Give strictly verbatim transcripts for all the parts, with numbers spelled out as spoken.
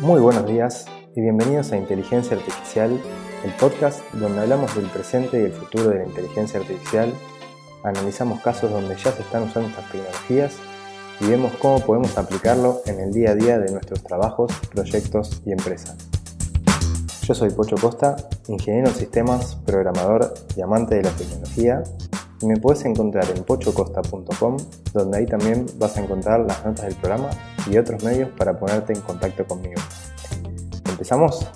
Muy buenos días y bienvenidos a Inteligencia Artificial, el podcast donde hablamos del presente y el futuro de la inteligencia artificial, analizamos casos donde ya se están usando estas tecnologías y vemos cómo podemos aplicarlo en el día a día de nuestros trabajos, proyectos y empresas. Yo soy Pocho Costa, ingeniero en sistemas, programador y amante de la tecnología, y me puedes encontrar en pocho costa punto com, donde ahí también vas a encontrar las notas del programa y otros medios para ponerte en contacto conmigo. ¿Empezamos?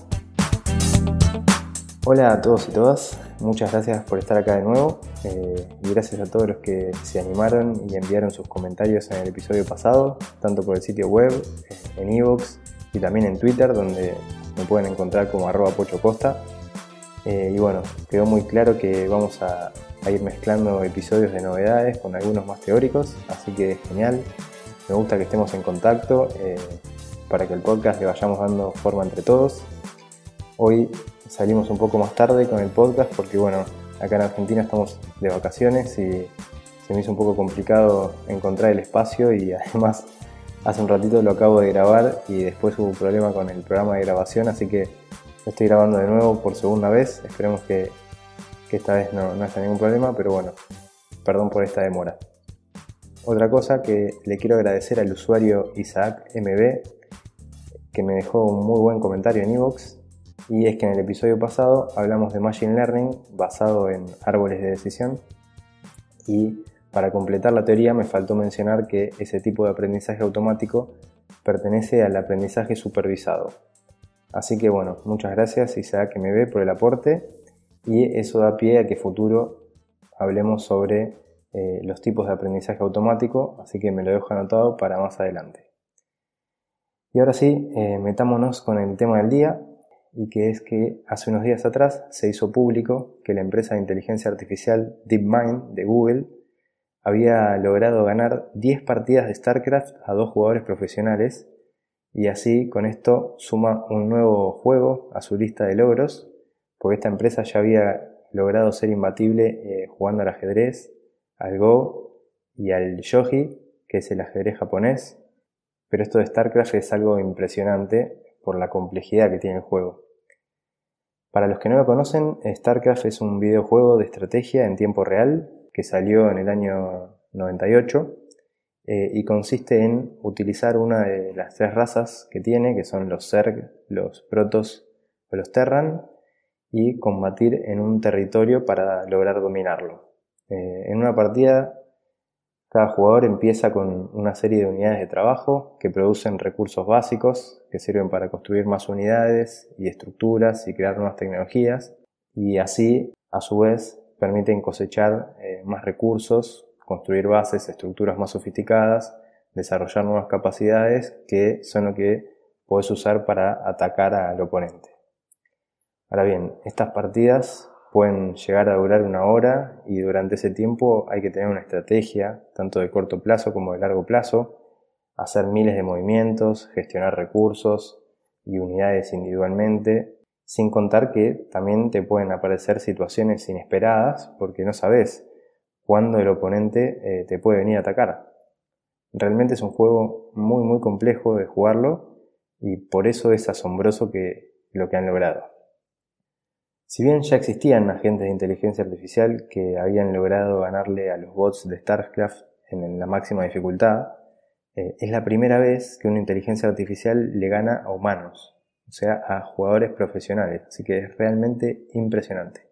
Hola a todos y todas, muchas gracias por estar acá de nuevo eh, y gracias a todos los que se animaron y enviaron sus comentarios en el episodio pasado, tanto por el sitio web, en iVoox y también en Twitter, donde me pueden encontrar como arroba pochocosta. Eh, y bueno, quedó muy claro que vamos a, a ir mezclando episodios de novedades con algunos más teóricos, así que genial, me gusta que estemos en contacto eh, para que el podcast le vayamos dando forma entre todos. Hoy salimos un poco más tarde con el podcast porque bueno, acá en Argentina estamos de vacaciones y se me hizo un poco complicado encontrar el espacio y además hace un ratito lo acabo de grabar y después hubo un problema con el programa de grabación, así que estoy grabando de nuevo por segunda vez, esperemos que, que esta vez no, no haya ningún problema, pero bueno, perdón por esta demora. Otra cosa que le quiero agradecer al usuario Isaac M B, que me dejó un muy buen comentario en iVoox, y es que en el episodio pasado hablamos de Machine Learning basado en árboles de decisión, y para completar la teoría me faltó mencionar que ese tipo de aprendizaje automático pertenece al aprendizaje supervisado. Así que bueno, muchas gracias Isaac M B por el aporte y eso da pie a que futuro hablemos sobre eh, los tipos de aprendizaje automático, así que me lo dejo anotado para más adelante. Y ahora sí, eh, metámonos con el tema del día, y que es que hace unos días atrás se hizo público que la empresa de inteligencia artificial DeepMind de Google había logrado ganar diez partidas de StarCraft a dos jugadores profesionales. Y así con esto suma un nuevo juego a su lista de logros, porque esta empresa ya había logrado ser imbatible eh, jugando al ajedrez, al Go y al Shogi, que es el ajedrez japonés, pero esto de StarCraft es algo impresionante por la complejidad que tiene el juego. Para los que no lo conocen, StarCraft es un videojuego de estrategia en tiempo real que salió en el año noventa y ocho. Eh, y consiste en utilizar una de las tres razas que tiene, que son los Zerg, los Protoss o los Terran, y combatir en un territorio para lograr dominarlo. Eh, en una partida, cada jugador empieza con una serie de unidades de trabajo que producen recursos básicos que sirven para construir más unidades y estructuras y crear nuevas tecnologías, y así, a su vez, permiten cosechar eh, más recursos, construir bases, estructuras más sofisticadas, desarrollar nuevas capacidades que son lo que podés usar para atacar al oponente. Ahora bien, estas partidas pueden llegar a durar una hora y durante ese tiempo hay que tener una estrategia, tanto de corto plazo como de largo plazo, hacer miles de movimientos, gestionar recursos y unidades individualmente, sin contar que también te pueden aparecer situaciones inesperadas porque no sabes cuando el oponente eh, te puede venir a atacar. Realmente es un juego muy muy complejo de jugarlo y por eso es asombroso que lo que han logrado. Si bien ya existían agentes de inteligencia artificial que habían logrado ganarle a los bots de StarCraft en la máxima dificultad, eh, es la primera vez que una inteligencia artificial le gana a humanos, o sea, a jugadores profesionales, así que es realmente impresionante.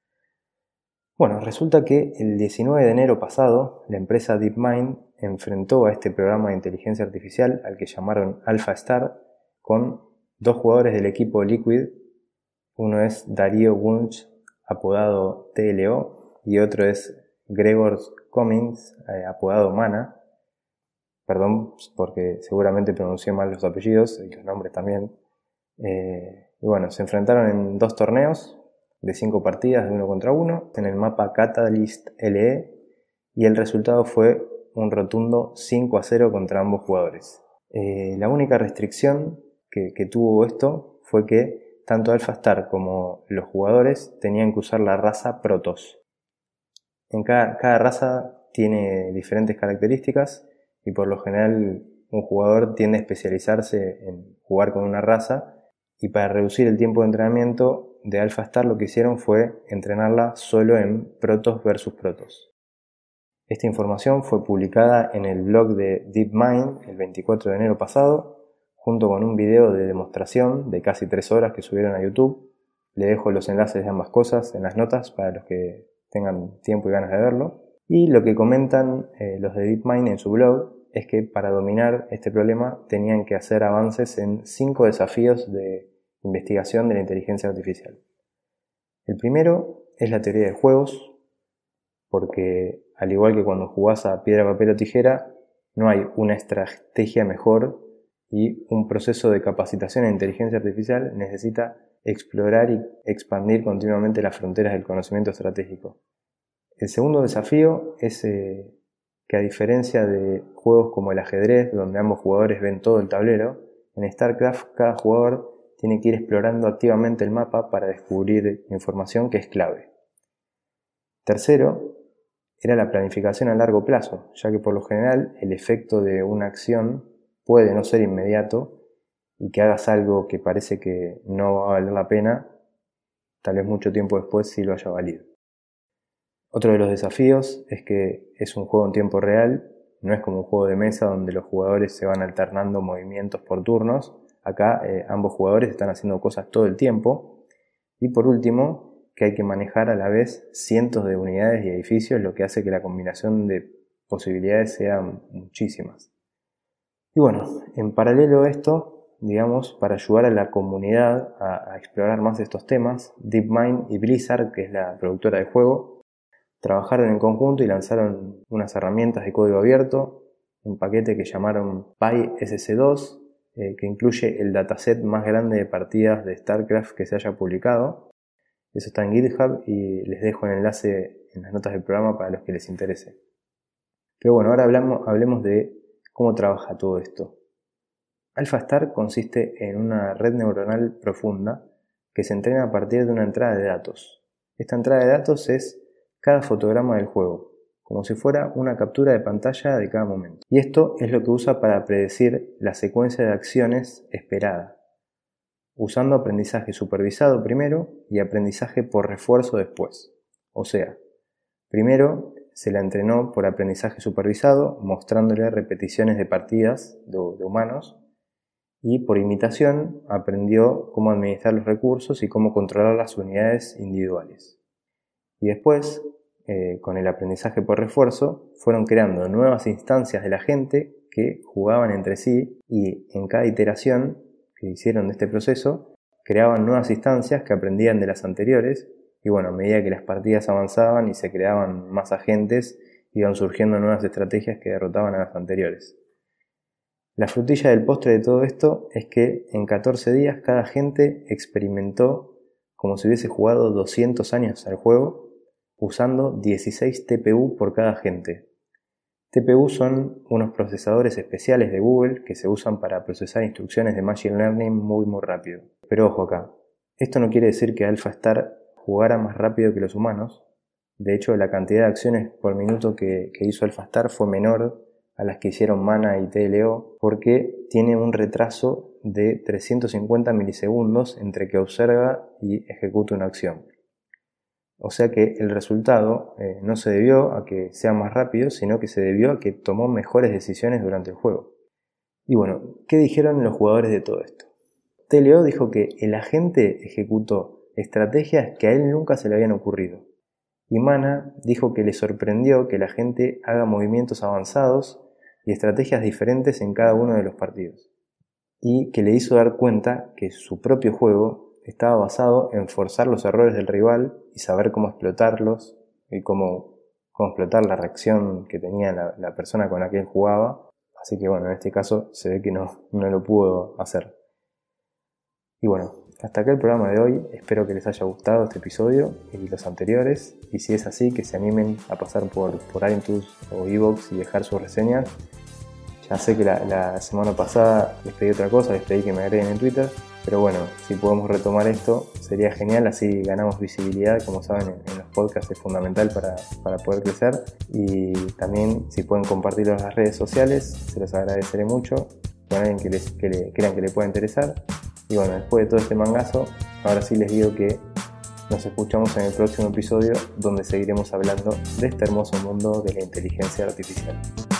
Bueno, resulta que el diecinueve de enero pasado, la empresa DeepMind enfrentó a este programa de inteligencia artificial, al que llamaron AlphaStar, con dos jugadores del equipo Liquid. Uno es Darío Wunsch, apodado T L O, y otro es Gregor Cummings, eh, apodado Mana. Perdón, porque seguramente pronuncié mal los apellidos y los nombres también. Eh, y bueno, se enfrentaron en dos torneos de cinco partidas de uno contra uno en el mapa Catalyst L E, y el resultado fue un rotundo cinco a cero contra ambos jugadores. Eh, la única restricción que, que tuvo esto fue que tanto AlphaStar como los jugadores tenían que usar la raza Protoss. En cada, cada raza tiene diferentes características y por lo general un jugador tiende a especializarse en jugar con una raza, y para reducir el tiempo de entrenamiento de AlphaStar lo que hicieron fue entrenarla solo en Protoss versus Protoss. Esta información fue publicada en el blog de DeepMind el veinticuatro de enero pasado, junto con un video de demostración de casi tres horas que subieron a YouTube. Le dejo los enlaces de ambas cosas en las notas para los que tengan tiempo y ganas de verlo. Y lo que comentan eh, los de DeepMind en su blog es que para dominar este problema tenían que hacer avances en cinco desafíos de investigación de la inteligencia artificial. El primero es la teoría de juegos, porque al igual que cuando jugás a piedra, papel o tijera, no hay una estrategia mejor, y un proceso de capacitación en inteligencia artificial necesita explorar y expandir continuamente las fronteras del conocimiento estratégico. El segundo desafío es eh, que a diferencia de juegos como el ajedrez, donde ambos jugadores ven todo el tablero, en StarCraft cada jugador tiene que ir explorando activamente el mapa para descubrir información que es clave. Tercero, era la planificación a largo plazo, ya que por lo general el efecto de una acción puede no ser inmediato, y que hagas algo que parece que no va a valer la pena, tal vez mucho tiempo después sí lo haya valido. Otro de los desafíos es que es un juego en tiempo real, no es como un juego de mesa donde los jugadores se van alternando movimientos por turnos. Acá eh, ambos jugadores están haciendo cosas todo el tiempo. Y por último, que hay que manejar a la vez cientos de unidades y edificios, lo que hace que la combinación de posibilidades sea muchísimas. Y bueno, en paralelo a esto, digamos, para ayudar a la comunidad a, a explorar más estos temas, DeepMind y Blizzard, que es la productora del juego, trabajaron en conjunto y lanzaron unas herramientas de código abierto, un paquete que llamaron Pi S C dos, eh, que incluye el dataset más grande de partidas de StarCraft que se haya publicado. Eso está en GitHub y les dejo el enlace en las notas del programa para los que les interese. Pero bueno, ahora hablamos, hablemos de cómo trabaja todo esto. AlphaStar consiste en una red neuronal profunda que se entrena a partir de una entrada de datos. Esta entrada de datos es cada fotograma del juego, como si fuera una captura de pantalla de cada momento. Y esto es lo que usa para predecir la secuencia de acciones esperada, usando aprendizaje supervisado primero y aprendizaje por refuerzo después. O sea, primero se la entrenó por aprendizaje supervisado, mostrándole repeticiones de partidas de, de humanos, y por imitación aprendió cómo administrar los recursos y cómo controlar las unidades individuales. Y después, eh, con el aprendizaje por refuerzo, fueron creando nuevas instancias de la gente que jugaban entre sí, y en cada iteración que hicieron de este proceso, creaban nuevas instancias que aprendían de las anteriores, y bueno, a medida que las partidas avanzaban y se creaban más agentes, iban surgiendo nuevas estrategias que derrotaban a las anteriores. La frutilla del postre de todo esto es que en catorce días cada agente experimentó como si hubiese jugado doscientos años al juego, usando dieciséis T P U por cada agente. T P U son unos procesadores especiales de Google que se usan para procesar instrucciones de Machine Learning muy muy rápido. Pero ojo acá, esto no quiere decir que AlphaStar jugara más rápido que los humanos. De hecho, la cantidad de acciones por minuto que, que hizo AlphaStar fue menor a las que hicieron Mana y T L O, porque tiene un retraso de trescientos cincuenta milisegundos entre que observa y ejecuta una acción. O sea que el resultado eh, no se debió a que sea más rápido, sino que se debió a que tomó mejores decisiones durante el juego. Y bueno, ¿qué dijeron los jugadores de todo esto? T L O dijo que el agente ejecutó estrategias que a él nunca se le habían ocurrido. Y Mana dijo que le sorprendió que la gente haga movimientos avanzados y estrategias diferentes en cada uno de los partidos. Y que le hizo dar cuenta que su propio juego estaba basado en forzar los errores del rival y saber cómo explotarlos y cómo, cómo explotar la reacción que tenía la, la persona con la que él jugaba. Así que bueno, en este caso se ve que no, no lo pudo hacer. Y bueno, hasta acá el programa de hoy. Espero que les haya gustado este episodio y los anteriores. Y si es así, que se animen a pasar por, por iTunes o iVoox y dejar sus reseñas. Ya sé que la, la semana pasada les pedí otra cosa, les pedí que me agreguen en Twitter. Pero bueno, si podemos retomar esto sería genial, así ganamos visibilidad. Como saben, en, en los podcasts es fundamental para, para poder crecer. Y también si pueden compartirlo en las redes sociales, se los agradeceré mucho, con alguien que, les, que le, crean que le pueda interesar. Y bueno, después de todo este mangazo, ahora sí les digo que nos escuchamos en el próximo episodio, donde seguiremos hablando de este hermoso mundo de la inteligencia artificial.